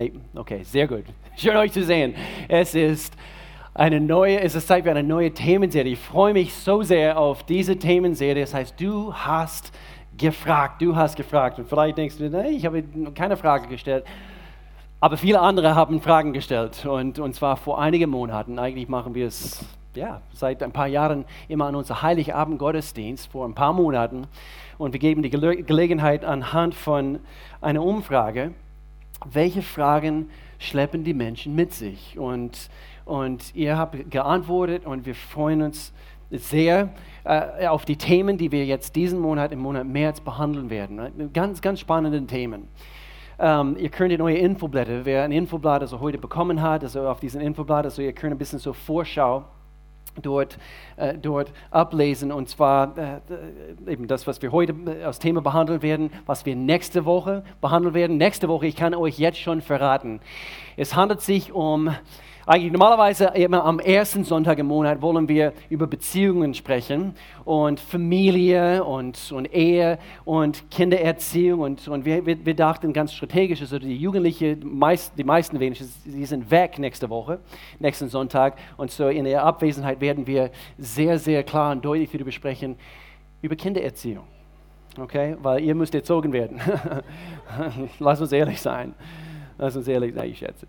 Okay, sehr gut. Schön euch zu sehen. Es ist Zeit für eine neue Themenserie. Ich freue mich so sehr auf diese Themenserie. Das heißt, du hast gefragt. Und vielleicht denkst du, nee, ich habe keine Frage gestellt. Aber viele andere haben Fragen gestellt. Und zwar vor einigen Monaten. Eigentlich machen wir es seit ein paar Jahren immer an unser Heiligabend-Gottesdienst, vor ein paar Monaten. Und wir geben die Gelegenheit anhand von einer Umfrage, welche Fragen schleppen die Menschen mit sich? Und ihr habt geantwortet und wir freuen uns sehr auf die Themen, die wir jetzt diesen Monat, im Monat März behandeln werden. Ganz, ganz spannende Themen. Ihr könnt in eure Infoblätter, wer ein Infoblatt heute bekommen hat, also auf diesem Infoblatt, ihr könnt ein bisschen so Vorschau dort ablesen, und zwar eben das, was wir heute als Thema behandeln werden, was wir nächste Woche behandeln werden. Nächste Woche, ich kann euch jetzt schon verraten, es handelt sich eigentlich normalerweise immer am ersten Sonntag im Monat wollen wir über Beziehungen sprechen und Familie und Ehe und Kindererziehung und wir dachten ganz strategisch, also die Jugendlichen, die meisten wenigstens, die sind weg nächsten Sonntag, und so in der Abwesenheit werden wir sehr, sehr klar und deutlich wieder besprechen über Kindererziehung. Okay, weil ihr müsst erzogen werden. Lass uns ehrlich sein, ich schätze.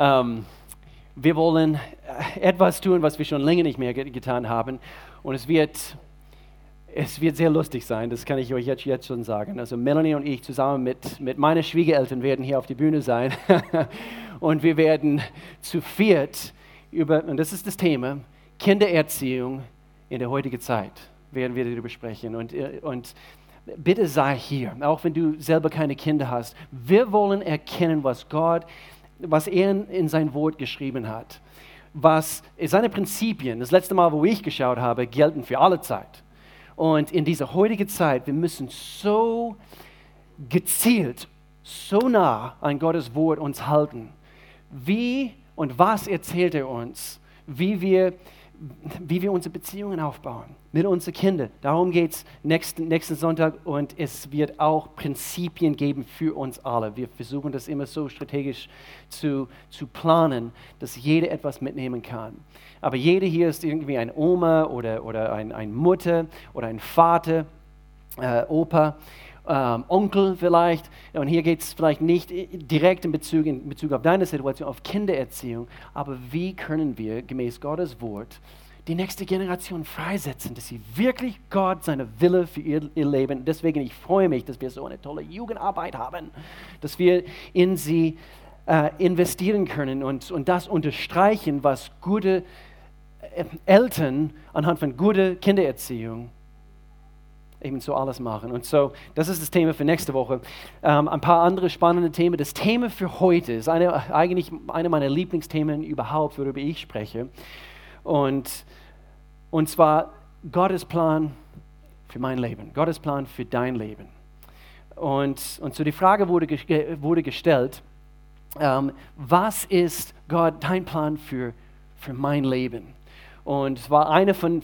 Wir wollen etwas tun, was wir schon länger nicht mehr getan haben, und es wird sehr lustig sein, das kann ich euch jetzt schon sagen. Also Melanie und ich zusammen mit meinen Schwiegereltern werden hier auf der Bühne sein und wir werden zu viert und das ist das Thema, Kindererziehung in der heutigen Zeit, werden wir darüber sprechen. Und bitte sei hier, auch wenn du selber keine Kinder hast. Wir wollen erkennen, was er in sein Wort geschrieben hat, was seine Prinzipien, das letzte Mal, wo ich geschaut habe, gelten für alle Zeit. Und in dieser heutigen Zeit, wir müssen so gezielt, so nah an Gottes Wort uns halten. Wie und was erzählt er uns, wie wir unsere Beziehungen aufbauen mit unseren Kindern. Darum geht es nächsten Sonntag, und es wird auch Prinzipien geben für uns alle. Wir versuchen das immer so strategisch zu planen, dass jeder etwas mitnehmen kann. Aber jeder hier ist irgendwie eine Oma oder eine Mutter oder ein Vater, Opa, Onkel vielleicht. Und hier geht es vielleicht nicht direkt in Bezug auf deine Situation, auf Kindererziehung, aber wie können wir gemäß Gottes Wort die nächste Generation freisetzen, dass sie wirklich Gott, seine Wille für ihr Leben. Deswegen, ich freue mich, dass wir so eine tolle Jugendarbeit haben, dass wir in sie investieren können und das unterstreichen, was gute Eltern anhand von guter Kindererziehung ebenso alles machen. Und so, das ist das Thema für nächste Woche. Ein paar andere spannende Themen. Das Thema für heute ist eigentlich eine meiner Lieblingsthemen überhaupt, worüber ich spreche. Und zwar Gottes Plan für mein Leben, Gottes Plan für dein Leben. Und so die Frage wurde gestellt, was ist Gott, dein Plan für mein Leben? Und es war eine von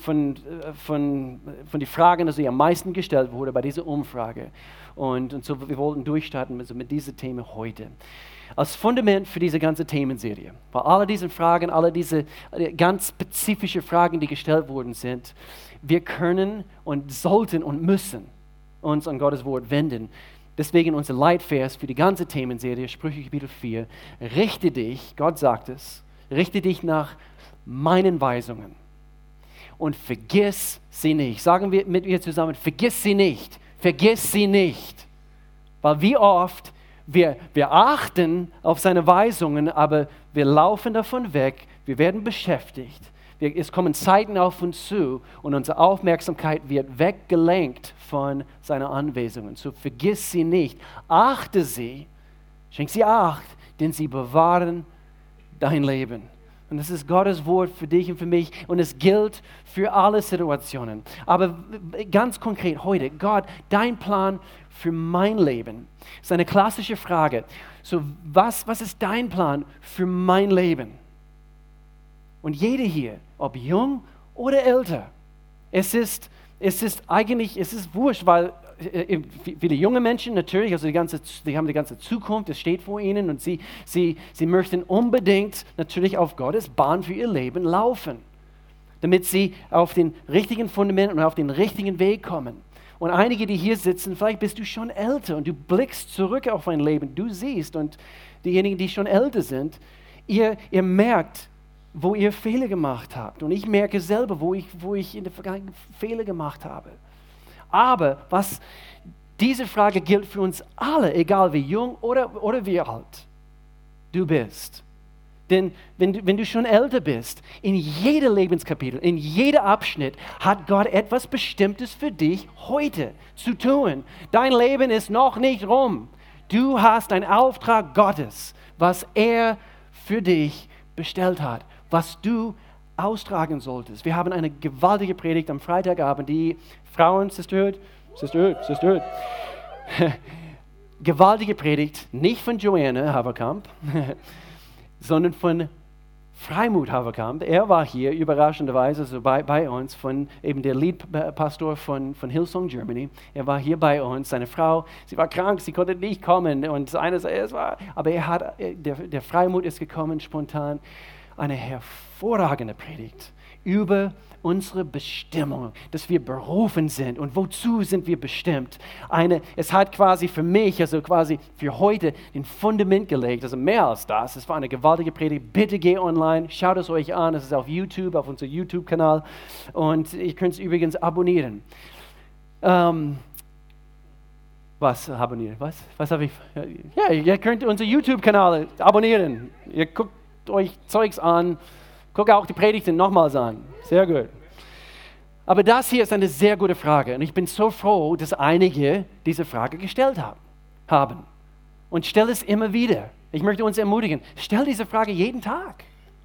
den Fragen, die am meisten gestellt wurde bei dieser Umfrage. Und so wir wollten durchstarten mit diesem Thema heute. Als Fundament für diese ganze Themenserie, weil alle diese Fragen, alle diese ganz spezifischen Fragen, die gestellt worden sind, wir können und sollten und müssen uns an Gottes Wort wenden. Deswegen unser Leitvers für die ganze Themenserie, Sprüche Kapitel 4, richte dich, Gott sagt es, richte dich nach meinen Weisungen und vergiss sie nicht. Sagen wir mit mir zusammen, vergiss sie nicht, weil wie oft wir achten auf seine Weisungen, aber wir laufen davon weg, wir werden beschäftigt, es kommen Zeiten auf uns zu und unsere Aufmerksamkeit wird weggelenkt von seinen Anweisungen. So vergiss sie nicht, achte sie, schenk sie Acht, denn sie bewahren dein Leben. Und das ist Gottes Wort für dich und für mich, und es gilt für alle Situationen. Aber ganz konkret heute, Gott, dein Plan für mein Leben. Das ist eine klassische Frage. So, was ist dein Plan für mein Leben? Und jeder hier, ob jung oder älter, es ist wurscht, weil viele junge Menschen natürlich, also die haben die ganze Zukunft, das steht vor ihnen und sie möchten unbedingt natürlich auf Gottes Bahn für ihr Leben laufen, damit sie auf den richtigen Fundament und auf den richtigen Weg kommen. Und einige, die hier sitzen, vielleicht bist du schon älter und du blickst zurück auf ein Leben, du siehst, und diejenigen, die schon älter sind, ihr merkt, wo ihr Fehler gemacht habt. Und ich merke selber, wo ich in der Vergangenheit Fehler gemacht habe. Aber diese Frage gilt für uns alle, egal wie jung oder wie alt du bist. Denn wenn du schon älter bist, in jedem Lebenskapitel, in jedem Abschnitt hat Gott etwas Bestimmtes für dich heute zu tun. Dein Leben ist noch nicht rum. Du hast einen Auftrag Gottes, was er für dich bestellt hat, was du austragen solltest. Wir haben eine gewaltige Predigt am Freitagabend, die Frauen, Sister Hood. Gewaltige Predigt, nicht von Joanne Haverkamp, sondern von Freimut Haverkamp. Er war hier überraschenderweise also bei uns, von eben der Leadpastor von Hillsong Germany. Er war hier bei uns. Seine Frau, sie war krank, sie konnte nicht kommen. Und der Freimut ist gekommen spontan. Eine hervorragende Predigt über unsere Bestimmung, dass wir berufen sind und wozu sind wir bestimmt. Es hat quasi für mich, also quasi für heute, den Fundament gelegt, also mehr als das. Es war eine gewaltige Predigt. Bitte geh online, schaut es euch an. Es ist auf YouTube, auf unserem YouTube-Kanal, und ihr könnt es übrigens abonnieren. Was abonnieren? Was habe ich? Ja, ihr könnt unseren YouTube-Kanal abonnieren. Ihr guckt euch Zeugs an, guckt auch die Predigten nochmals an. Sehr gut. Aber das hier ist eine sehr gute Frage. Und ich bin so froh, dass einige diese Frage gestellt haben. Und stell es immer wieder. Ich möchte uns ermutigen, stell diese Frage jeden Tag.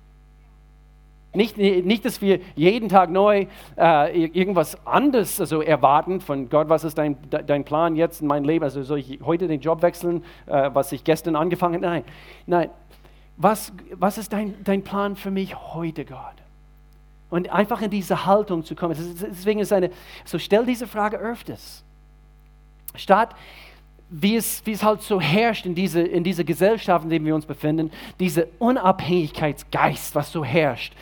Nicht, dass wir jeden Tag neu irgendwas anderes erwarten von Gott. Was ist dein Plan jetzt in meinem Leben? Also soll ich heute den Job wechseln, was ich gestern angefangen habe? Nein. Was ist dein Plan für mich heute, Gott? Und einfach in diese Haltung zu kommen. Deswegen stell diese Frage öfters. Statt, wie es halt so herrscht in dieser Gesellschaft, in der wir uns befinden, dieser Unabhängigkeitsgeist, was so herrscht.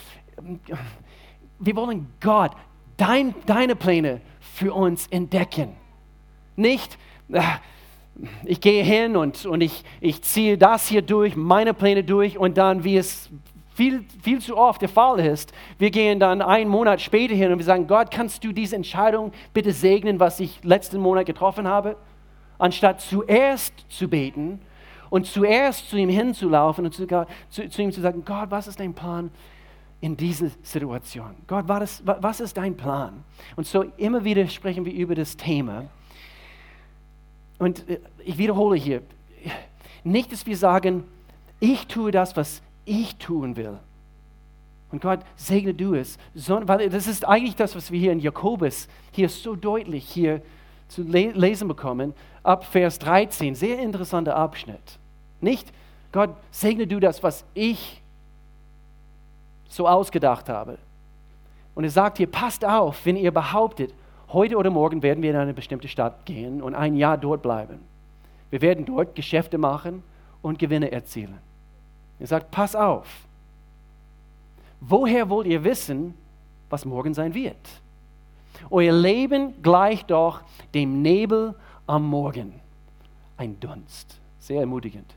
Wir wollen Gott, deine Pläne für uns entdecken. Nicht, ich gehe hin und ich ziehe das hier durch, meine Pläne durch, und dann, wie es viel zu oft der Fall ist, wir gehen dann einen Monat später hin und wir sagen, Gott, kannst du diese Entscheidung bitte segnen, was ich letzten Monat getroffen habe? Anstatt zuerst zu beten und zuerst zu ihm hinzulaufen und zu ihm zu sagen, Gott, was ist dein Plan in dieser Situation? Gott, was ist dein Plan? Und so immer wieder sprechen wir über das Thema. Und ich wiederhole hier, nicht, dass wir sagen, ich tue das, was ich tun will. Und Gott, segne du es. Weil das ist eigentlich das, was wir hier in Jakobus hier so deutlich hier zu lesen bekommen, ab Vers 13. Sehr interessanter Abschnitt. Nicht, Gott, segne du das, was ich so ausgedacht habe. Und er sagt hier, passt auf, wenn ihr behauptet, heute oder morgen werden wir in eine bestimmte Stadt gehen und ein Jahr dort bleiben. Wir werden dort Geschäfte machen und Gewinne erzielen. Er sagt, pass auf. Woher wollt ihr wissen, was morgen sein wird? Euer Leben gleicht doch dem Nebel am Morgen. Ein Dunst. Sehr ermutigend.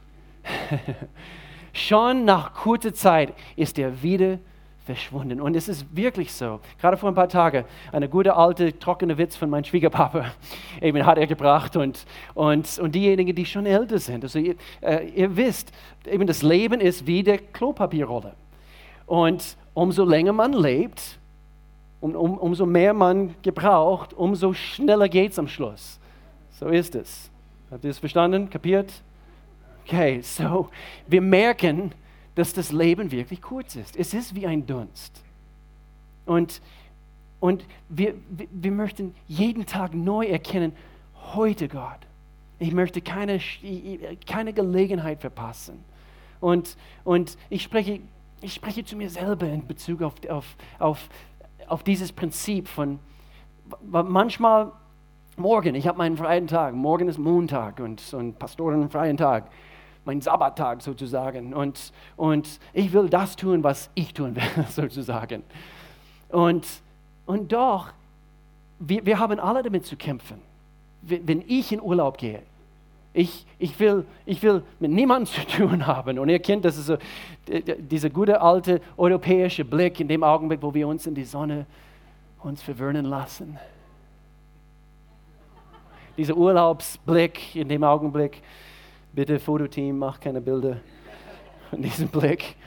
Schon nach kurzer Zeit ist er wieder verschwunden. Und es ist wirklich so. Gerade vor ein paar Tagen, eine gute alte, trockene Witz von meinem Schwiegerpapa eben hat er gebracht und diejenigen, die schon älter sind. Also ihr wisst, eben das Leben ist wie der Klopapierrolle. Und umso länger man lebt, umso mehr man gebraucht, umso schneller geht es am Schluss. So ist es. Habt ihr es verstanden? Kapiert? Okay, so wir merken, dass das Leben wirklich kurz ist. Es ist wie ein Dunst. Und wir möchten jeden Tag neu erkennen, heute Gott, ich möchte keine Gelegenheit verpassen. Und ich spreche zu mir selber in Bezug auf dieses Prinzip von, manchmal Morgen, ich habe meinen freien Tag. Morgen ist Montag und Pastoren einen freien Tag. Mein Sabbattag sozusagen. Und ich will das tun, was ich tun will, sozusagen. Und doch, wir haben alle damit zu kämpfen. Wenn ich in Urlaub gehe, ich will mit niemandem zu tun haben. Und ihr kennt, das ist so, dieser gute alte europäische Blick in dem Augenblick, wo wir uns in die Sonne uns verwöhnen lassen. Dieser Urlaubsblick in dem Augenblick. Bitte, Fototeam, mach keine Bilder von diesem Blick.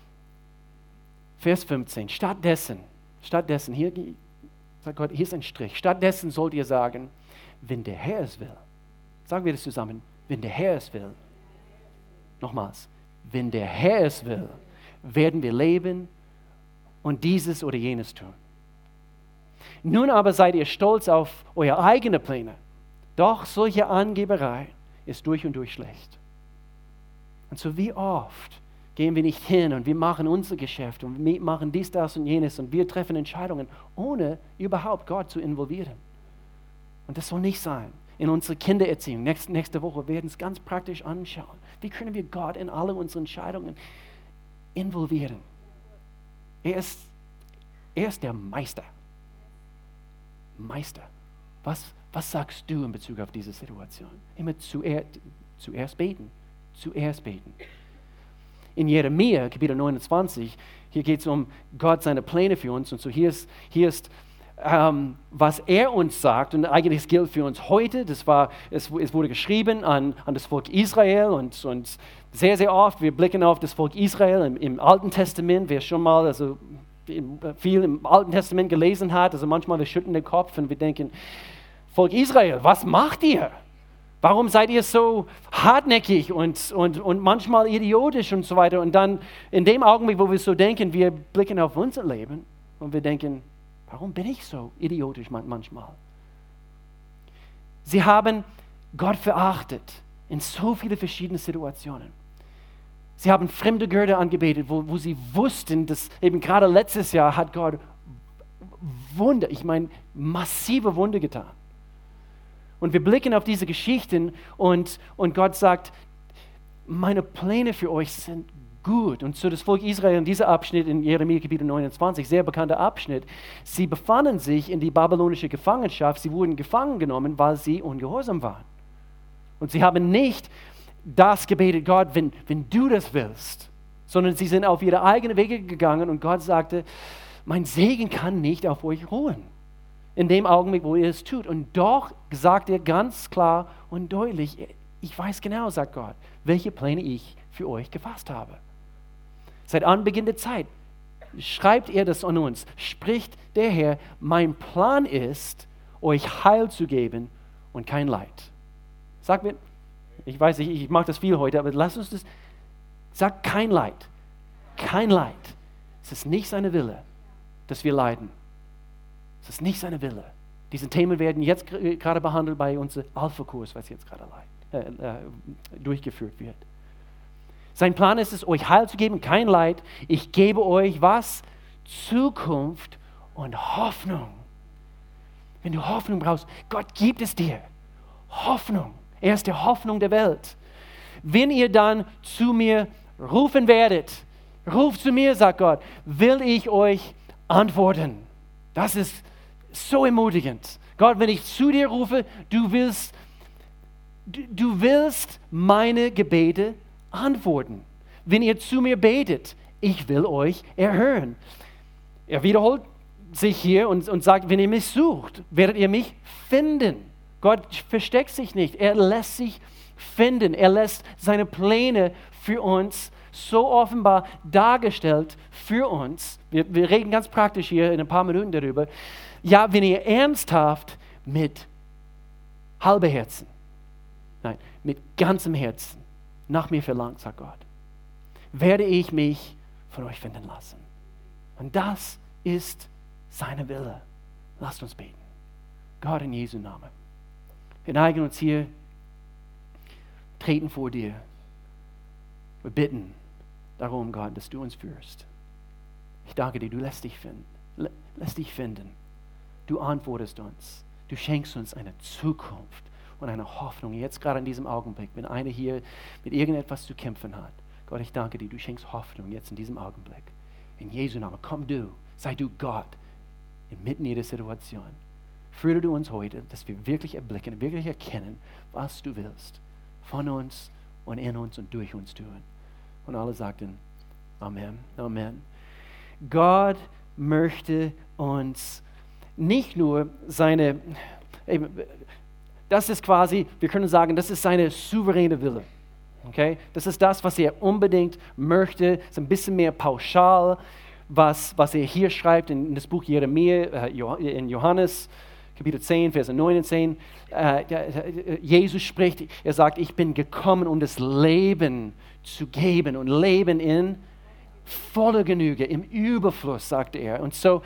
Vers 15. Stattdessen, hier sagt Gott, hier ist ein Strich. Stattdessen sollt ihr sagen, wenn der Herr es will. Sagen wir das zusammen. Wenn der Herr es will. Nochmals. Wenn der Herr es will, werden wir leben und dieses oder jenes tun. Nun aber seid ihr stolz auf eure eigenen Pläne. Doch solche Angeberei ist durch und durch schlecht. Und so wie oft gehen wir nicht hin und wir machen unser Geschäft und wir machen dies, das und jenes und wir treffen Entscheidungen, ohne überhaupt Gott zu involvieren. Und das soll nicht sein. In unserer Kindererziehung, nächste Woche werden wir es ganz praktisch anschauen. Wie können wir Gott in alle unsere Entscheidungen involvieren? Er ist der Meister. Meister. Was sagst du in Bezug auf diese Situation? Immer zuerst beten. Zuerst beten. In Jeremia, Kapitel 29, hier geht es um Gott, seine Pläne für uns. Und so hier ist was er uns sagt. Und eigentlich es gilt für uns heute. Es wurde geschrieben an das Volk Israel. Und sehr, sehr oft, wir blicken auf das Volk Israel im Alten Testament. Wer schon mal viel im Alten Testament gelesen hat, also manchmal wir schütteln den Kopf und wir denken, Volk Israel, was macht ihr? Warum seid ihr so hartnäckig und manchmal idiotisch und so weiter? Und dann in dem Augenblick, wo wir so denken, wir blicken auf unser Leben und wir denken, warum bin ich so idiotisch manchmal? Sie haben Gott verachtet in so viele verschiedene Situationen. Sie haben fremde Götter angebetet, wo sie wussten, dass eben gerade letztes Jahr hat Gott massive Wunder getan. Und wir blicken auf diese Geschichten und Gott sagt, meine Pläne für euch sind gut. Und so das Volk Israel in diesem Abschnitt in Jeremia Kapitel 29, sehr bekannter Abschnitt, sie befanden sich in die babylonische Gefangenschaft, sie wurden gefangen genommen, weil sie ungehorsam waren. Und sie haben nicht das gebetet, Gott, wenn du das willst, sondern sie sind auf ihre eigenen Wege gegangen und Gott sagte, mein Segen kann nicht auf euch ruhen. In dem Augenblick, wo ihr es tut. Und doch sagt er ganz klar und deutlich, ich weiß genau, sagt Gott, welche Pläne ich für euch gefasst habe. Seit Anbeginn der Zeit schreibt er das an uns, spricht der Herr, mein Plan ist, euch Heil zu geben und kein Leid. Sag mir, ich weiß nicht, ich mache das viel heute, aber lass uns das, sag kein Leid. Kein Leid. Es ist nicht seine Wille, dass wir leiden. Es ist nicht seine Wille. Diese Themen werden jetzt gerade behandelt bei unserem Alpha-Kurs, was jetzt gerade durchgeführt wird. Sein Plan ist es, euch Heil zu geben, kein Leid. Ich gebe euch was? Zukunft und Hoffnung. Wenn du Hoffnung brauchst, Gott gibt es dir. Hoffnung. Er ist die Hoffnung der Welt. Wenn ihr dann zu mir rufen werdet, ruft zu mir, sagt Gott, will ich euch antworten. Das ist so ermutigend. Gott, wenn ich zu dir rufe, du willst meine Gebete antworten. Wenn ihr zu mir betet, ich will euch erhören. Er wiederholt sich hier und sagt, wenn ihr mich sucht, werdet ihr mich finden. Gott versteckt sich nicht. Er lässt sich finden. Er lässt seine Pläne für uns so offenbar dargestellt für uns. Wir reden ganz praktisch hier in ein paar Minuten darüber. Ja, wenn ihr ernsthaft mit halbem Herzen, nein, mit ganzem Herzen nach mir verlangt, sagt Gott, werde ich mich von euch finden lassen. Und das ist seine Wille. Lasst uns beten. Gott, in Jesu Namen. Wir neigen uns hier, treten vor dir. Wir bitten darum, Gott, dass du uns führst. Ich danke dir, du lässt dich finden. Du antwortest uns. du schenkst uns eine Zukunft und eine Hoffnung, jetzt gerade in diesem Augenblick, wenn einer hier mit irgendetwas zu kämpfen hat. Gott, ich danke dir, du schenkst Hoffnung jetzt in diesem Augenblick. In Jesu Namen, komm du, sei du Gott inmitten jeder Situation. Führe du uns heute, dass wir wirklich erblicken, wirklich erkennen, was du willst. Von uns und in uns und durch uns tun. Und alle sagten, Amen, Amen. Gott möchte uns nicht nur das ist quasi, wir können sagen, das ist seine souveräne Wille. Okay? Das ist das, was er unbedingt möchte. Das ist ein bisschen mehr pauschal, was er hier schreibt in das Buch Jeremia, in Johannes, Kapitel 10, Verse 9 und 10. Jesus spricht, er sagt, ich bin gekommen, um das Leben zu geben und Leben in voller Genüge, im Überfluss, sagt er. Und so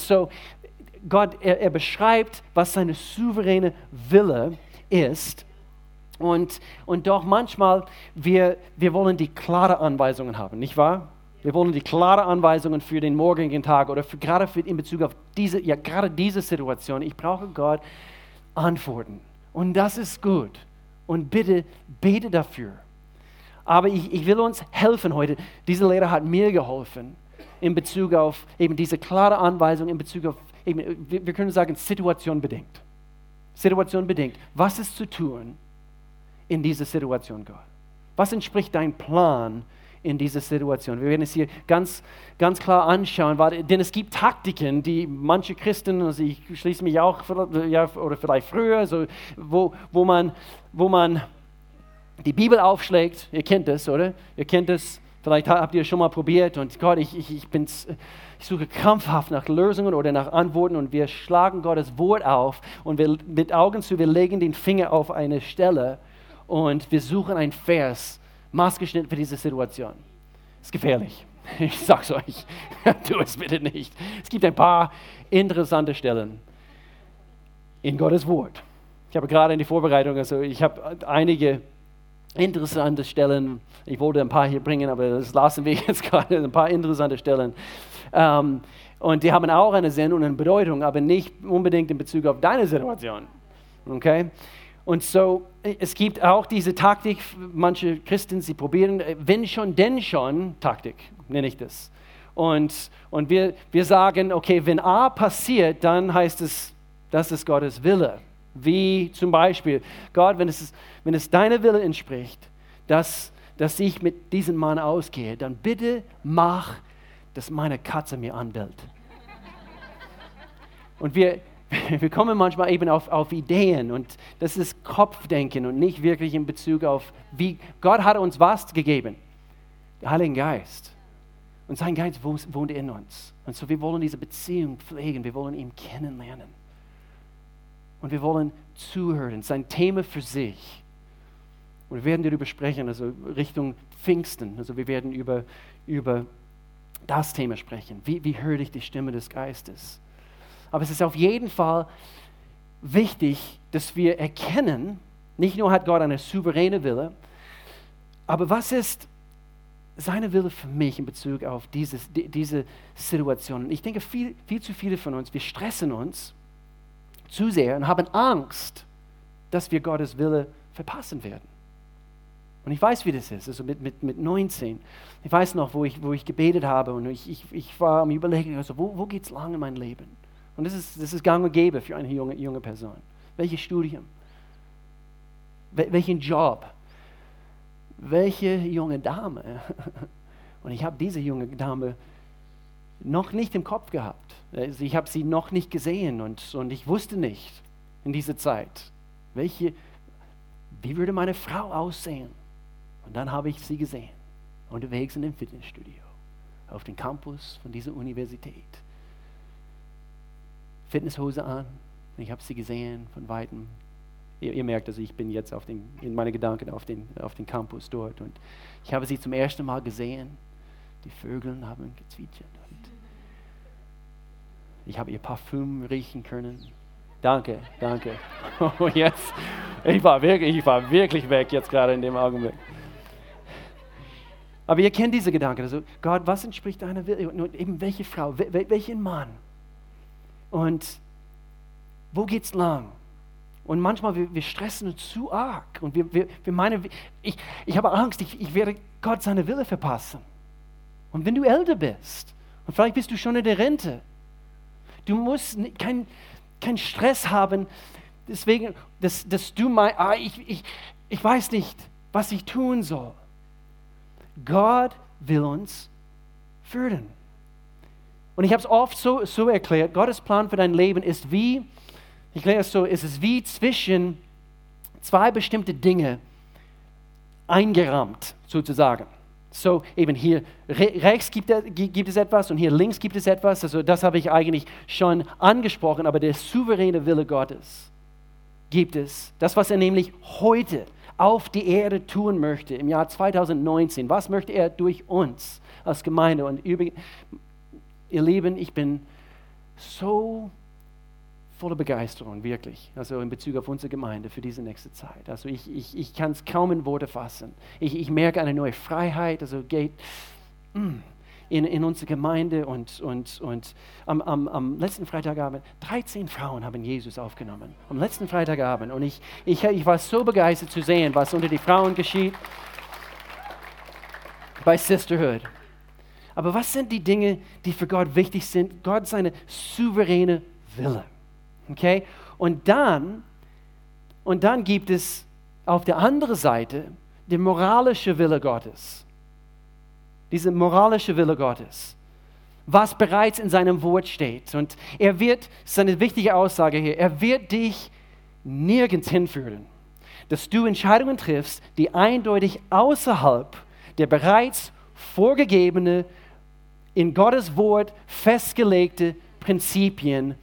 Gott, er beschreibt, was seine souveräne Wille ist. Und doch manchmal, wir wollen die klare Anweisungen haben, nicht wahr? Wir wollen die klare Anweisungen für den morgigen Tag oder gerade in Bezug auf gerade diese Situation. Ich brauche Gott Antworten. Und das ist gut. Und bitte bete dafür. Aber ich will uns helfen heute. Diese Lehre hat mir geholfen in Bezug auf eben diese klare Anweisung, in Bezug auf, eben, wir können sagen, situationbedingt. Situationbedingt. Was ist zu tun in dieser Situation, Gott? Was entspricht dein Plan in dieser Situation? Wir werden es hier ganz, ganz klar anschauen, denn es gibt Taktiken, die manche Christen, also ich schließe mich auch, oder vielleicht früher, so, wo man die Bibel aufschlägt. Ihr kennt das, oder? Ihr kennt das. Vielleicht habt ihr es schon mal probiert und Gott, ich suche krampfhaft nach Lösungen oder nach Antworten und wir schlagen Gottes Wort auf und wir mit Augen zu, wir legen den Finger auf eine Stelle und wir suchen einen Vers, maßgeschnitten für diese Situation. Das ist gefährlich. Ich sag's euch, tu es bitte nicht. Es gibt ein paar interessante Stellen in Gottes Wort. Ich habe gerade in die Vorbereitung, also ich habe einige interessante Stellen, ich wollte ein paar hier bringen, aber das lassen wir jetzt gerade, ein paar interessante Stellen. Und die haben auch eine Sinn und eine Bedeutung, aber nicht unbedingt in Bezug auf deine Situation. Okay? Und so, es gibt auch diese Taktik, manche Christen, sie probieren, wenn schon, denn schon, Taktik, nenne ich das. Und wir sagen, okay, wenn A passiert, dann heißt es, das ist Gottes Wille. Wie zum Beispiel, Gott, wenn es deiner Wille entspricht, dass ich mit diesem Mann ausgehe, dann bitte mach, dass meine Katze mir anbellt. Und wir kommen manchmal eben auf Ideen und das ist Kopfdenken und nicht wirklich in Bezug auf, wie Gott hat uns was gegeben? Den Heiligen Geist. Und sein Geist wohnt in uns. Und so wir wollen diese Beziehung pflegen, wir wollen ihn kennenlernen. Und wir wollen zuhören, sein Thema für sich. Und wir werden darüber sprechen, also Richtung Pfingsten. Also wir werden über das Thema sprechen. Wie höre ich die Stimme des Geistes? Aber es ist auf jeden Fall wichtig, dass wir erkennen, nicht nur hat Gott eine souveräne Wille, aber was ist seine Wille für mich in Bezug auf diese Situation? Ich denke, viel zu viele von uns, wir stressen uns zu sehr und haben Angst, dass wir Gottes Wille verpassen werden. Und ich weiß, wie das ist, also mit 19. Ich weiß noch, wo ich gebetet habe und ich war am Überlegen, also wo geht es lang in mein Leben? Und das ist gang und gäbe für eine junge Person. Welches Studium? Welchen Job? Welche junge Dame? Und ich habe diese junge Dame noch nicht im Kopf gehabt. Also ich habe sie noch nicht gesehen und ich wusste nicht in dieser Zeit, wie würde meine Frau aussehen? Und dann habe ich sie gesehen, unterwegs in dem Fitnessstudio, auf dem Campus von dieser Universität. Fitnesshose an, ich habe sie gesehen von Weitem. Ihr merkt, also ich bin jetzt in meine Gedanken auf den Campus dort und ich habe sie zum ersten Mal gesehen. Die Vögel haben gezwitschert. Ich habe ihr Parfüm riechen können. Danke. Oh, jetzt, ich war wirklich weg jetzt gerade in dem Augenblick. Aber ihr kennt diese Gedanken. Also Gott, was entspricht deiner Wille? Und eben welche Frau, welchen Mann? Und wo geht's lang? Und manchmal, wir stressen uns zu arg und wir meinen, ich habe Angst, ich werde Gott seine Wille verpassen. Und wenn du älter bist, und vielleicht bist du schon in der Rente, du musst keinen Stress haben, deswegen, dass du meinst, ich weiß nicht, was ich tun soll. Gott will uns führen. Und ich habe es oft so erklärt, Gottes Plan für dein Leben ist wie, ich erkläre es so, es ist wie zwischen zwei bestimmte Dinge eingerahmt, sozusagen. So, eben hier rechts gibt es etwas und hier links gibt es etwas. Also das habe ich eigentlich schon angesprochen, aber der souveräne Wille Gottes gibt es. Das, was er nämlich heute auf die Erde tun möchte, im Jahr 2019. Was möchte er durch uns als Gemeinde? Und ihr Lieben, ich bin so voller Begeisterung, wirklich, also in Bezug auf unsere Gemeinde für diese nächste Zeit. Also ich kann es kaum in Worte fassen. Ich merke eine neue Freiheit, also geht in unsere Gemeinde und am letzten Freitagabend, 13 Frauen haben Jesus aufgenommen, am letzten Freitagabend. Und ich war so begeistert zu sehen, was unter den Frauen geschieht bei Sisterhood. Aber was sind die Dinge, die für Gott wichtig sind? Gott seine souveräne Wille. Okay? Und dann gibt es auf der anderen Seite den moralischen Wille Gottes. Diese moralische Wille Gottes, was bereits in seinem Wort steht. Und das ist eine wichtige Aussage hier, er wird dich nirgends hinführen, dass du Entscheidungen triffst, die eindeutig außerhalb der bereits vorgegebenen, in Gottes Wort festgelegte Prinzipien.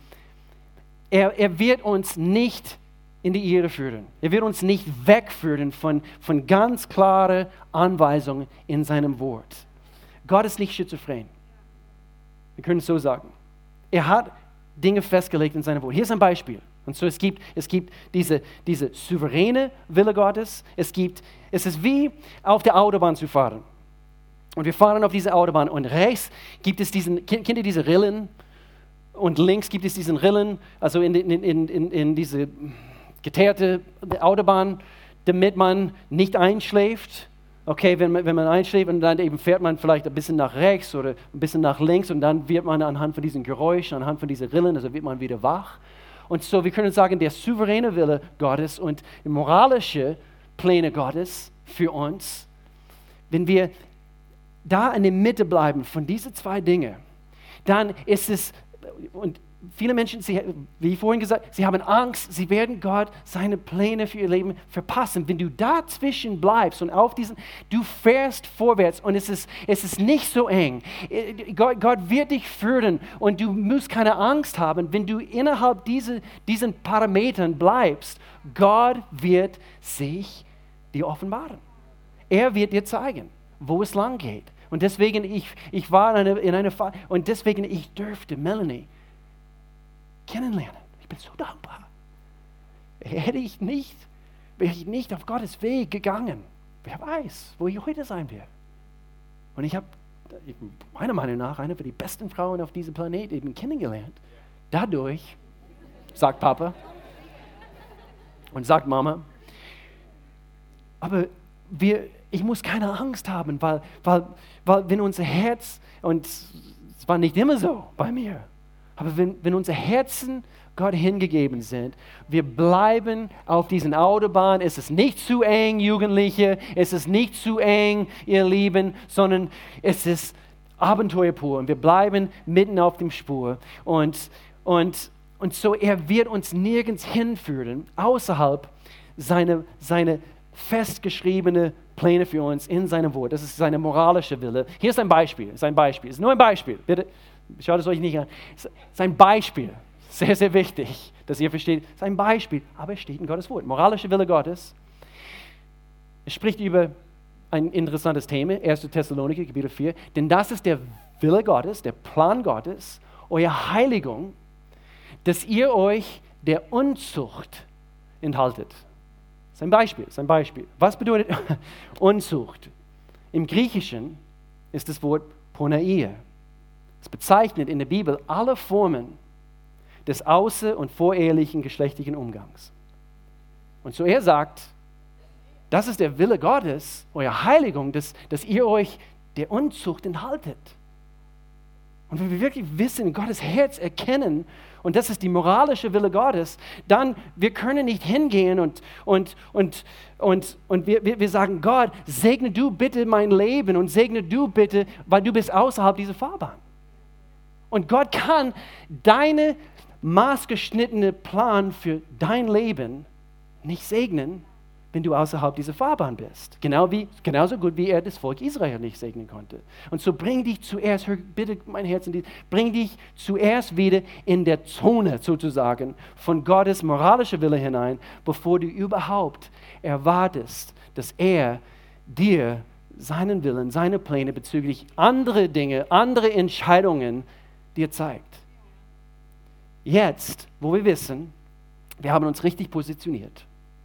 Er wird uns nicht in die Irre führen. Er wird uns nicht wegführen von ganz klaren Anweisungen in seinem Wort. Gott ist nicht schizophren. Wir können es so sagen. Er hat Dinge festgelegt in seinem Wort. Hier ist ein Beispiel. Und so es gibt diese souveräne Wille Gottes. Es ist wie auf der Autobahn zu fahren. Und wir fahren auf diese Autobahn und rechts gibt es kennt ihr diese Rillen? Und links gibt es diesen Rillen, also in diese geteerte Autobahn, damit man nicht einschläft. Okay, wenn man einschläft und dann eben fährt man vielleicht ein bisschen nach rechts oder ein bisschen nach links und dann wird man anhand von diesen Geräuschen, anhand von diesen Rillen, also wird man wieder wach. Und so, wir können sagen, der souveräne Wille Gottes und die moralische Pläne Gottes für uns, wenn wir da in der Mitte bleiben von diesen zwei Dingen, dann ist es, und viele Menschen, wie vorhin gesagt, sie haben Angst, sie werden Gott seine Pläne für ihr Leben verpassen. Wenn du dazwischen bleibst und du fährst vorwärts und es ist nicht so eng. Gott wird dich führen und du musst keine Angst haben, wenn du innerhalb diesen Parametern bleibst. Gott wird sich dir offenbaren. Er wird dir zeigen, wo es lang geht. Und deswegen, ich war in einer Phase, und deswegen, ich durfte Melanie kennenlernen. Ich bin so dankbar. Wäre ich nicht auf Gottes Weg gegangen, wer weiß, wo ich heute sein werde. Und ich habe, meiner Meinung nach, eine der besten Frauen auf diesem Planeten eben kennengelernt. Dadurch, sagt Papa und sagt Mama, aber ich muss keine Angst haben, weil wenn unser Herz, und es war nicht immer so bei mir, aber wenn unsere Herzen Gott hingegeben sind, wir bleiben auf diesen Autobahn, es ist nicht zu eng, Jugendliche, es ist nicht zu eng, ihr Lieben, sondern es ist Abenteuer pur und wir bleiben mitten auf dem Spur und so, er wird uns nirgends hinführen, außerhalb seine festgeschriebene Pläne für uns in seinem Wort. Das ist seine moralische Wille. Hier ist ein Beispiel. Es ist nur ein Beispiel. Bitte schaut es euch nicht an. Es ist ein Beispiel. Sehr, sehr wichtig, dass ihr versteht. Es ist ein Beispiel, aber es steht in Gottes Wort. Moralische Wille Gottes. Es spricht über ein interessantes Thema, 1. Thessaloniker, Kapitel 4. Denn das ist der Wille Gottes, der Plan Gottes, eure Heiligung, dass ihr euch der Unzucht enthaltet. Das ist ein Beispiel. Was bedeutet Unzucht? Im Griechischen ist das Wort Porneia. Es bezeichnet in der Bibel alle Formen des außer- und vorehelichen geschlechtlichen Umgangs. Und so er sagt, das ist der Wille Gottes, eure Heiligung, dass ihr euch der Unzucht enthaltet. Und wenn wir wirklich wissen, Gottes Herz erkennen, und das ist die moralische Wille Gottes, dann wir können nicht hingehen und wir sagen, Gott, segne du bitte mein Leben und segne du bitte, weil du bist außerhalb dieser Fahrbahn. Und Gott kann deine maßgeschnittene Plan für dein Leben nicht segnen, wenn du außerhalb dieser Fahrbahn bist. Genauso gut, wie er das Volk Israel nicht segnen konnte. Und so bring dich zuerst, hör bitte mein Herz, bring dich zuerst wieder in der Zone sozusagen von Gottes moralischer Wille hinein, bevor du überhaupt erwartest, dass er dir seinen Willen, seine Pläne bezüglich andere Dinge, andere Entscheidungen dir zeigt. Jetzt, wo wir wissen, wir haben uns richtig positioniert.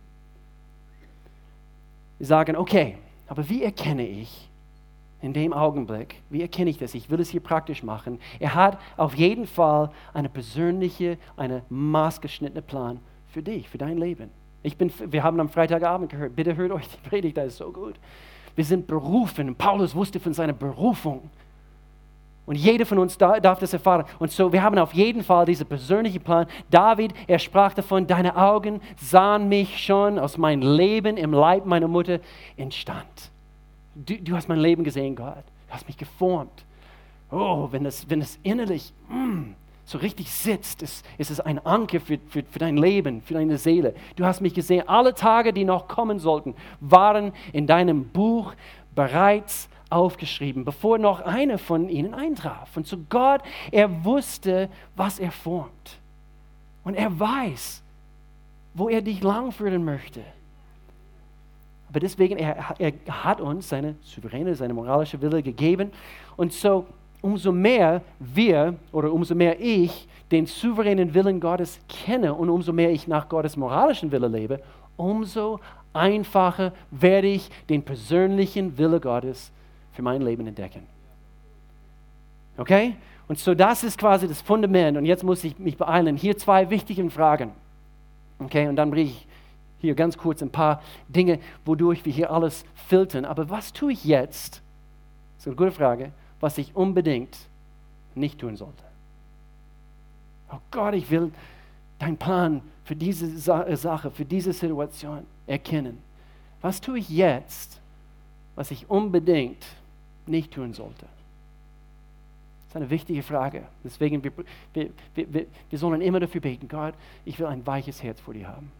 Wir sagen, okay, aber wie erkenne ich in dem Augenblick, wie erkenne ich das? Ich will es hier praktisch machen. Er hat auf jeden Fall eine persönliche, eine maßgeschnittene Plan für dich, für dein Leben. Wir haben am Freitagabend gehört, bitte hört euch die Predigt, das ist so gut. Wir sind berufen. Paulus wusste von seiner Berufung. Und jeder von uns darf das erfahren. Und so, wir haben auf jeden Fall diesen persönlichen Plan. David, er sprach davon, deine Augen sahen mich schon aus meinem Leben im Leib meiner Mutter entstand. Du hast mein Leben gesehen, Gott. Du hast mich geformt. Oh, wenn das innerlich so richtig sitzt, ist es ein Anker für dein Leben, für deine Seele. Du hast mich gesehen. Alle Tage, die noch kommen sollten, waren in deinem Buch bereits aufgeschrieben, bevor noch einer von ihnen eintraf. Und so Gott, er wusste, was er formt. Und er weiß, wo er dich langführen möchte. Aber deswegen, er hat uns seine souveräne, seine moralische Wille gegeben. Und so, umso mehr ich den souveränen Willen Gottes kenne und umso mehr ich nach Gottes moralischen Wille lebe, umso einfacher werde ich den persönlichen Wille Gottes für mein Leben entdecken. Okay? Und so das ist quasi das Fundament. Und jetzt muss ich mich beeilen. Hier 2 wichtige Fragen. Okay? Und dann bringe ich hier ganz kurz ein paar Dinge, wodurch wir hier alles filtern. Aber was tue ich jetzt? Das ist eine gute Frage. Was ich unbedingt nicht tun sollte. Oh Gott, ich will deinen Plan für diese Sache, für diese Situation erkennen. Was tue ich jetzt, was ich unbedingt nicht tun sollte? Das ist eine wichtige Frage. Deswegen, wir sollen immer dafür beten, Gott, ich will ein weiches Herz vor dir haben.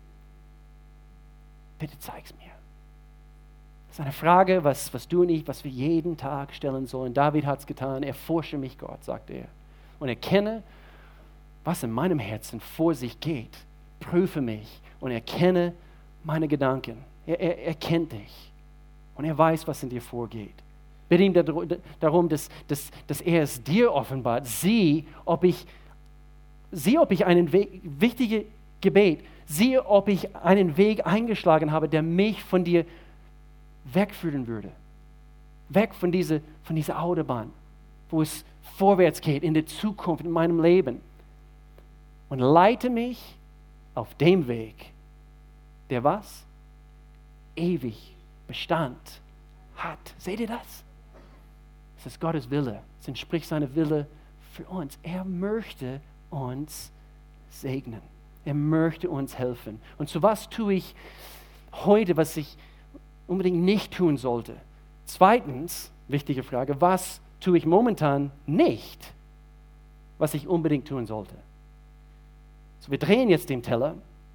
Bitte zeig's mir. Das ist eine Frage, was du und ich, was wir jeden Tag stellen sollen. David hat es getan. Erforsche mich, Gott, sagt er. Und erkenne, was in meinem Herzen vor sich geht. Prüfe mich und erkenne meine Gedanken. Er kennt dich. Und er weiß, was in dir vorgeht. Bitte ihn darum, dass er es dir offenbart. Sieh, ob ich einen Weg, wichtige Gebet, sieh, ob ich einen Weg eingeschlagen habe, der mich von dir wegführen würde. Weg von dieser Autobahn, wo es vorwärts geht, in der Zukunft, in meinem Leben. Und leite mich auf dem Weg, der was? Ewig Bestand hat. Seht ihr das? Es ist Gottes Wille. Es entspricht seiner Wille für uns. Er möchte uns segnen. Er möchte uns helfen. Und so was tue ich heute, was ich unbedingt nicht tun sollte? Zweitens, wichtige Frage, was tue ich momentan nicht, was ich unbedingt tun sollte? So, wir drehen jetzt den Teller.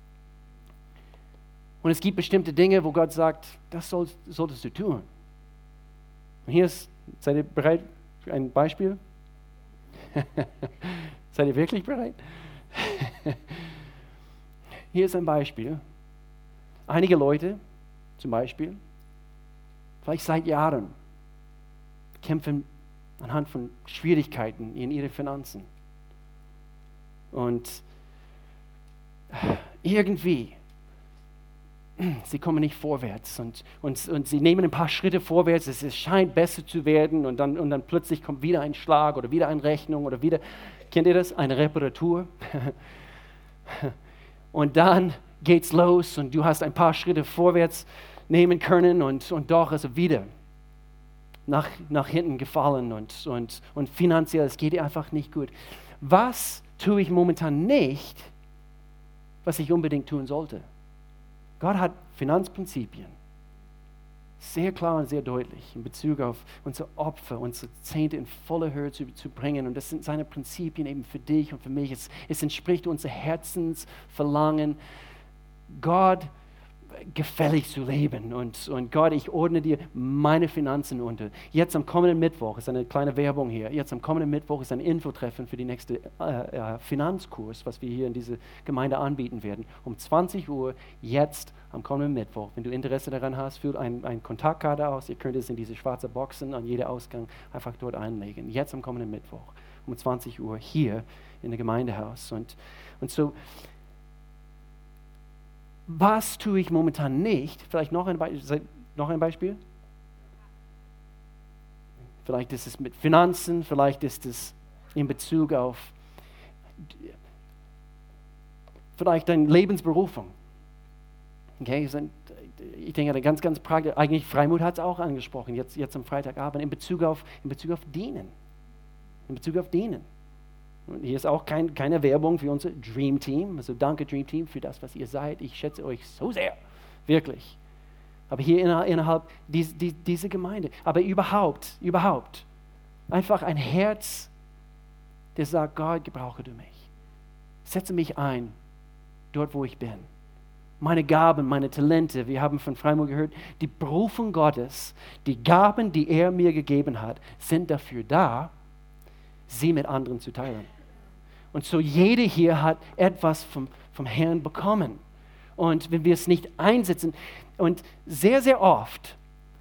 Und es gibt bestimmte Dinge, wo Gott sagt, das solltest du tun. Und hier seid ihr bereit für ein Beispiel? Seid ihr wirklich bereit? Hier ist ein Beispiel. Einige Leute, zum Beispiel, vielleicht seit Jahren, kämpfen anhand von Schwierigkeiten in ihren Finanzen. Und irgendwie, sie kommen nicht vorwärts und sie nehmen ein paar Schritte vorwärts, es scheint besser zu werden und dann plötzlich kommt wieder ein Schlag oder wieder eine Rechnung oder wieder Kennt ihr das? Eine Reparatur. Und dann geht's los und du hast ein paar Schritte vorwärts nehmen können und doch ist es wieder nach hinten gefallen und finanziell, es geht dir einfach nicht gut. Was tue ich momentan nicht, was ich unbedingt tun sollte? Gott hat Finanzprinzipien, sehr klar und sehr deutlich in Bezug auf unsere Opfer, unsere Zehnte in voller Höhe zu bringen. Und das sind seine Prinzipien eben für dich und für mich. Es entspricht unser Herzensverlangen, Gott gefällig zu leben. Und Gott, ich ordne dir meine Finanzen unter. Jetzt am kommenden Mittwoch ist eine kleine Werbung hier. Jetzt am kommenden Mittwoch ist ein Infotreffen für die nächste Finanzkurs, was wir hier in dieser Gemeinde anbieten werden. Um 20 Uhr jetzt am kommenden Mittwoch. Wenn du Interesse daran hast, füll eine Kontaktkarte aus. Ihr könnt es in diese schwarze Boxen an jedem Ausgang einfach dort einlegen. Jetzt am kommenden Mittwoch um 20 Uhr hier in der Gemeindehaus. Und so, was tue ich momentan nicht? Vielleicht noch ein Beispiel? Vielleicht ist es mit Finanzen, vielleicht ist es in Bezug auf vielleicht deine Lebensberufung. Okay, ich denke, eine ganz praktisch, eigentlich Freimut hat es auch angesprochen, jetzt am Freitagabend, in Bezug auf Dienen. In Bezug auf Dienen. Und hier ist auch keine Werbung für unser Dream Team. Also danke Dream Team für das, was ihr seid. Ich schätze euch so sehr, wirklich. Aber hier innerhalb dieser Gemeinde, aber überhaupt, einfach ein Herz, der sagt, Gott, gebrauche du mich. Setze mich ein, dort wo ich bin. Meine Gaben, meine Talente, wir haben von Freimut gehört, die Berufung Gottes, die Gaben, die er mir gegeben hat, sind dafür da, sie mit anderen zu teilen. Und so jeder hier hat etwas vom Herrn bekommen. Und wenn wir es nicht einsetzen, und sehr, sehr oft,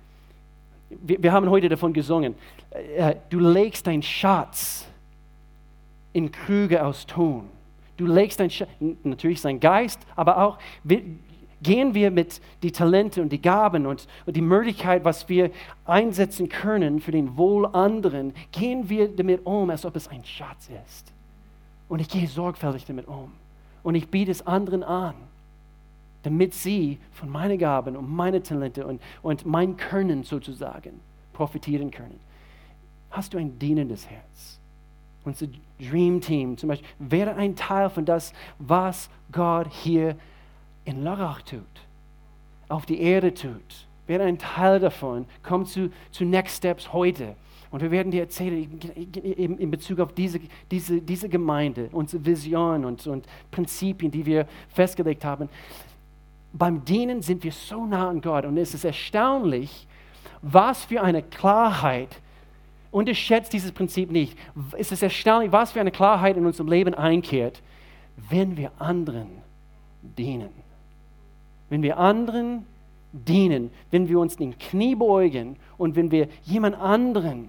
wir haben heute davon gesungen, du legst deinen Schatz in Krüge aus Ton. Du legst deinen Schatz, natürlich sein Geist, aber auch gehen wir mit die Talente und die Gaben und die Möglichkeit, was wir einsetzen können für den Wohl anderen, gehen wir damit um, als ob es ein Schatz ist. Und ich gehe sorgfältig damit um. Und ich biete es anderen an, damit sie von meinen Gaben und meinen Talente und mein Können sozusagen profitieren können. Hast du ein dienendes Herz? Unser Dream Team zum Beispiel wäre ein Teil von das, was Gott hier in Lörrach tut, auf die Erde tut. Wäre ein Teil davon. Komm zu Next Steps heute. Und wir werden dir erzählen, in Bezug auf diese Gemeinde, unsere Vision und Prinzipien, die wir festgelegt haben. Beim Dienen sind wir so nah an Gott und es ist erstaunlich, was für eine Klarheit, unterschätzt dieses Prinzip nicht, es ist erstaunlich, was für eine Klarheit in unserem Leben einkehrt, wenn wir anderen dienen. Wenn wir anderen dienen, wenn wir uns in den Knie beugen und wenn wir jemand anderen,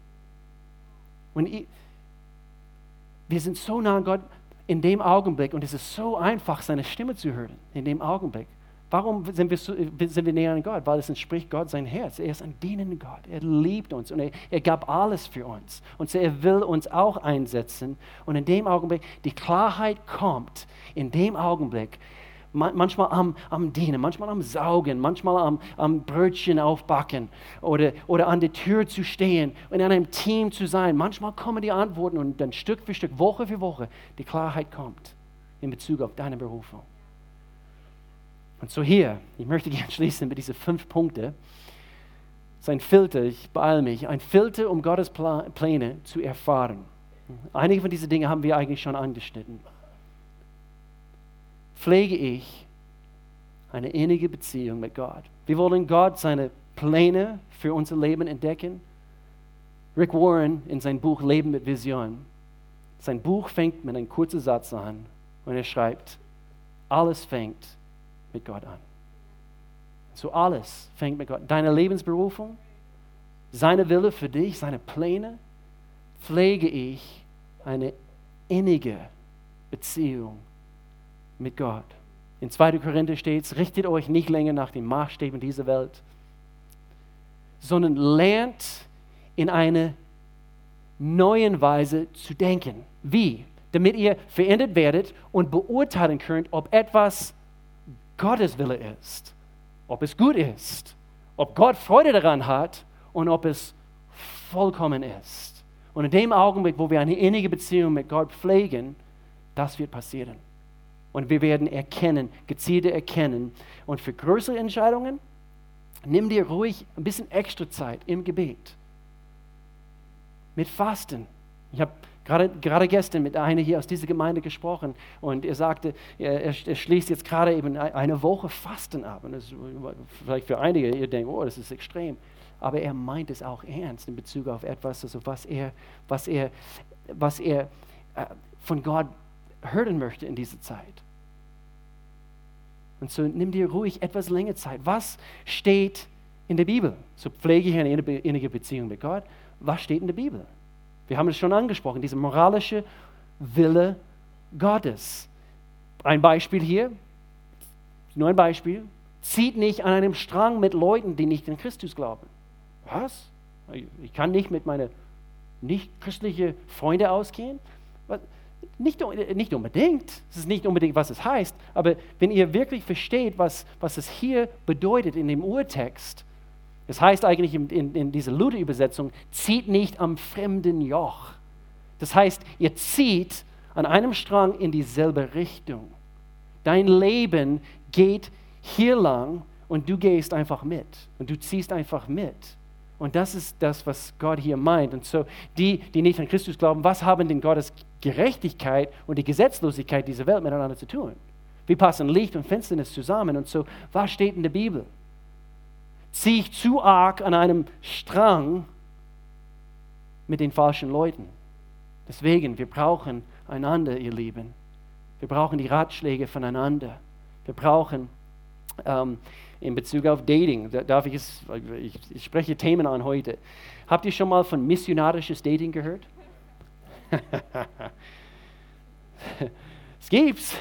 und wir sind so nah an Gott in dem Augenblick und es ist so einfach, seine Stimme zu hören in dem Augenblick. Warum sind wir näher an Gott? Weil es entspricht Gott sein Herz. Er ist ein dienender Gott. Er liebt uns und er gab alles für uns. Und so er will uns auch einsetzen. Und in dem Augenblick, die Klarheit kommt, in dem Augenblick, manchmal am Dienen, manchmal am Saugen, manchmal am Brötchen aufbacken oder an der Tür zu stehen und in einem Team zu sein. Manchmal kommen die Antworten und dann Stück für Stück, Woche für Woche, die Klarheit kommt in Bezug auf deine Berufung. Und so hier, ich möchte gerne schließen mit diesen 5 Punkten. Das ist ein Filter, ich beeile mich, ein Filter, um Gottes Pläne zu erfahren. Einige von diesen Dingen haben wir eigentlich schon angeschnitten. Pflege ich eine innige Beziehung mit Gott. Wir wollen Gott seine Pläne für unser Leben entdecken. Rick Warren in seinem Buch Leben mit Vision, sein Buch fängt mit einem kurzen Satz an und er schreibt, alles fängt mit Gott an. So alles fängt mit Gott. Deine Lebensberufung, seine Wille für dich, seine Pläne, pflege ich eine innige Beziehung mit Gott. In 2. Korinther steht es, richtet euch nicht länger nach den Maßstäben dieser Welt, sondern lernt in eine neuen Weise zu denken. Wie? Damit ihr verändert werdet und beurteilen könnt, ob etwas Gottes Wille ist, ob es gut ist, ob Gott Freude daran hat und ob es vollkommen ist. Und in dem Augenblick, wo wir eine innige Beziehung mit Gott pflegen, das wird passieren. Und wir werden erkennen, gezielt erkennen. Und für größere Entscheidungen, nimm dir ruhig ein bisschen extra Zeit im Gebet. Mit Fasten. Ich habe gerade gestern mit einer hier aus dieser Gemeinde gesprochen und er sagte, er schließt jetzt gerade eben eine Woche Fasten ab. Und das ist vielleicht für einige, ihr denkt, oh, das ist extrem. Aber er meint es auch ernst in Bezug auf etwas, also was er von Gott hören möchte in dieser Zeit. Und so nimm dir ruhig etwas länger Zeit. Was steht in der Bibel? So pflege ich eine innige Beziehung mit Gott. Was steht in der Bibel? Wir haben es schon angesprochen, diese moralische Wille Gottes. Ein Beispiel hier, nur ein Beispiel. Zieht nicht an einem Strang mit Leuten, die nicht an Christus glauben. Was? Ich kann nicht mit meinen nicht-christlichen Freunden ausgehen? Was? Nicht unbedingt. Es ist nicht unbedingt, was es heißt. Aber wenn ihr wirklich versteht, was es hier bedeutet in dem Urtext, es heißt eigentlich in dieser Luther-Übersetzung, zieht nicht am fremden Joch. Das heißt, ihr zieht an einem Strang in dieselbe Richtung. Dein Leben geht hier lang und du gehst einfach mit. Und du ziehst einfach mit. Und das ist das, was Gott hier meint. Und so, die nicht an Christus glauben, was haben denn Gottes Gerechtigkeit und die Gesetzlosigkeit dieser Welt miteinander zu tun? Wie passen Licht und Finsternis zusammen? Und so, was steht in der Bibel? Ziehe ich zu arg an einem Strang mit den falschen Leuten? Deswegen, wir brauchen einander, ihr Lieben. Wir brauchen die Ratschläge voneinander. Wir brauchen in Bezug auf Dating, ich spreche Themen an heute. Habt ihr schon mal von missionarisches Dating gehört? Es gibt's.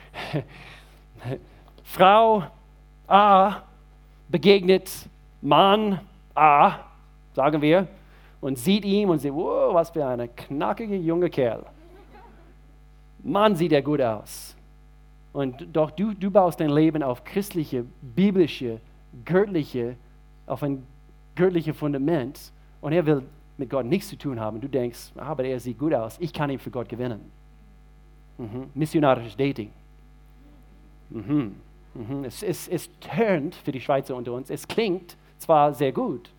Frau A begegnet Mann A, sagen wir, und sieht ihn und sieht, wow, was für ein knackiger junger Kerl. Mann, sieht er gut aus. Und doch du baust dein Leben auf christliche, biblische, göttliche, auf ein göttliches Fundament und er will mit Gott nichts zu tun haben. Du denkst, aber er sieht gut aus, ich kann ihn für Gott gewinnen. Missionarisches Dating. Es turnt für die Schweizer unter uns, es klingt zwar sehr gut,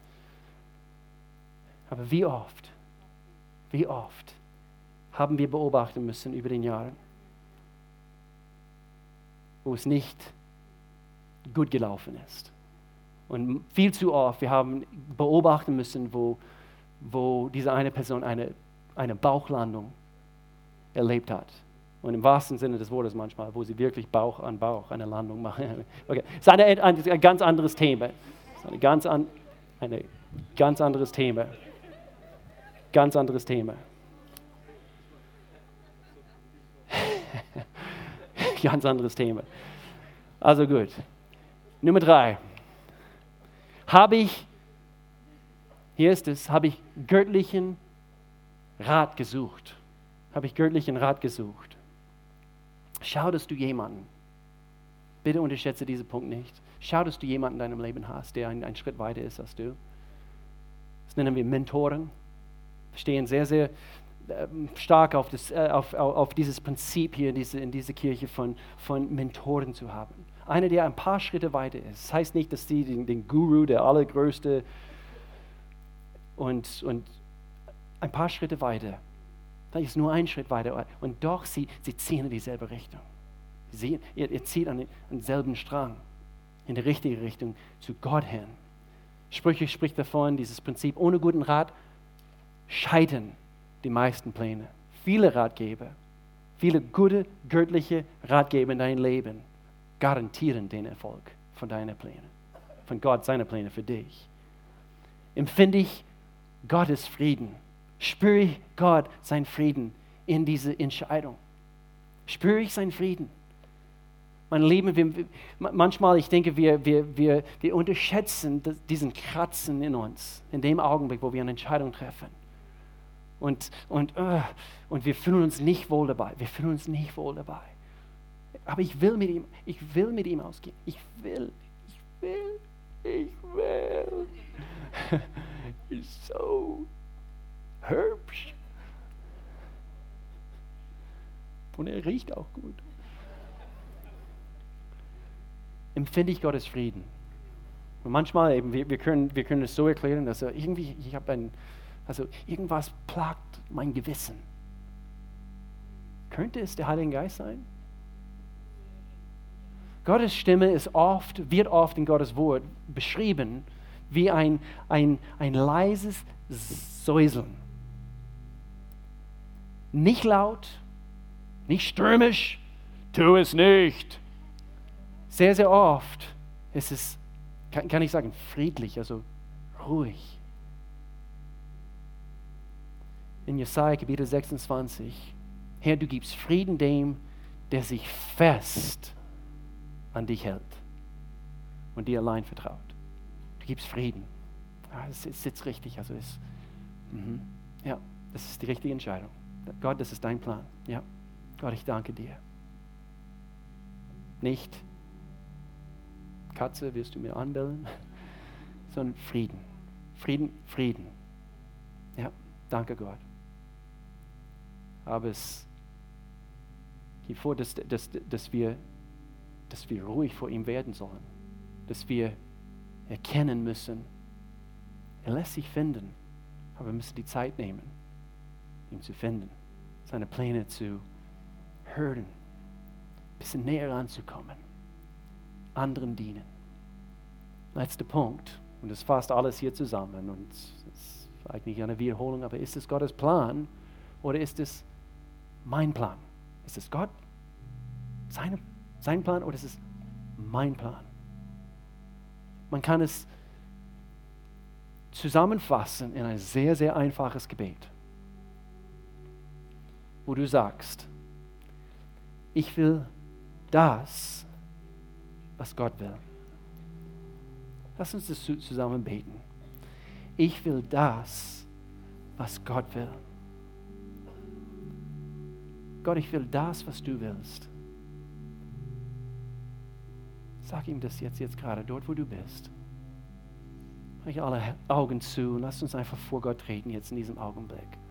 aber wie oft haben wir beobachten müssen über den Jahren, wo es nicht gut gelaufen ist. Und viel zu oft, wir haben beobachten müssen, wo diese eine Person eine Bauchlandung erlebt hat. Und im wahrsten Sinne des Wortes manchmal, wo sie wirklich Bauch an Bauch eine Landung machen. Okay, das ist ein ganz anderes Thema. Das ist ein ganz anderes Thema. Ganz anderes Thema. Ganz anderes Thema. Also gut. Nummer 3. Habe ich göttlichen Rat gesucht. Schau, dass du jemanden, bitte unterschätze diesen Punkt nicht, schau, dass du jemanden in deinem Leben hast, der einen Schritt weiter ist als du. Das nennen wir Mentoren. Wir stehen sehr, sehr stark auf dieses Prinzip hier in dieser Kirche von Mentoren zu haben. Einer, der ein paar Schritte weiter ist. Das heißt nicht, dass sie den Guru, der Allergrößte und ein paar Schritte weiter. Da ist nur ein Schritt weiter. Und doch, sie ziehen in dieselbe Richtung. Ihr zieht an denselben Strang, in die richtige Richtung, zu Gott hin. Sprüche spricht davon, dieses Prinzip, ohne guten Rat scheitern die meisten Pläne. Viele Ratgeber, viele gute, göttliche Ratgeber in deinem Leben garantieren den Erfolg von deinen Plänen, von Gott seine Pläne für dich. Empfinde ich Gottes Frieden. Spüre ich Gott seinen Frieden in diese Entscheidung. Spüre ich seinen Frieden. Meine Lieben, manchmal, ich denke, wir unterschätzen diesen Kratzen in uns, in dem Augenblick, wo wir eine Entscheidung treffen. und wir fühlen uns nicht wohl dabei. Aber ich will mit ihm ausgehen. Ich will. Ist so hübsch. Und er riecht auch gut. Empfinde ich Gottes Frieden. Und manchmal eben, wir können es so erklären, dass irgendwie, irgendwas plagt mein Gewissen. Könnte es der Heilige Geist sein? Gottes Stimme wird oft in Gottes Wort beschrieben wie ein leises Säuseln. Nicht laut, nicht stürmisch, tu es nicht. Sehr, sehr oft ist es, kann ich sagen, friedlich, also ruhig. In Jesaja Kapitel 26, Herr, du gibst Frieden dem, der sich fest an dich hält und dir allein vertraut. Du gibst Frieden. Es sitzt richtig, also ja, das ist die richtige Entscheidung. Gott, das ist dein Plan. Ja, Gott, ich danke dir. Nicht Katze, wirst du mir anbellen, sondern Frieden. Frieden. Ja, danke Gott. Aber es geht vor, dass wir ruhig vor ihm werden sollen. Dass wir erkennen müssen, er lässt sich finden, aber wir müssen die Zeit nehmen, ihn zu finden, seine Pläne zu hören, ein bisschen näher ranzukommen, anderen dienen. Letzter Punkt, und das fasst alles hier zusammen, und es ist eigentlich eine Wiederholung, aber ist es Gottes Plan oder ist es mein Plan? Ist es Gott, sein Plan, oder ist es mein Plan? Man kann es zusammenfassen in ein sehr, sehr einfaches Gebet, wo du sagst, ich will das, was Gott will. Lass uns das zusammen beten. Ich will das, was Gott will. Gott, ich will das, was du willst. Sag ihm das jetzt gerade, dort wo du bist. Mach alle Augen zu und lass uns einfach vor Gott treten jetzt in diesem Augenblick.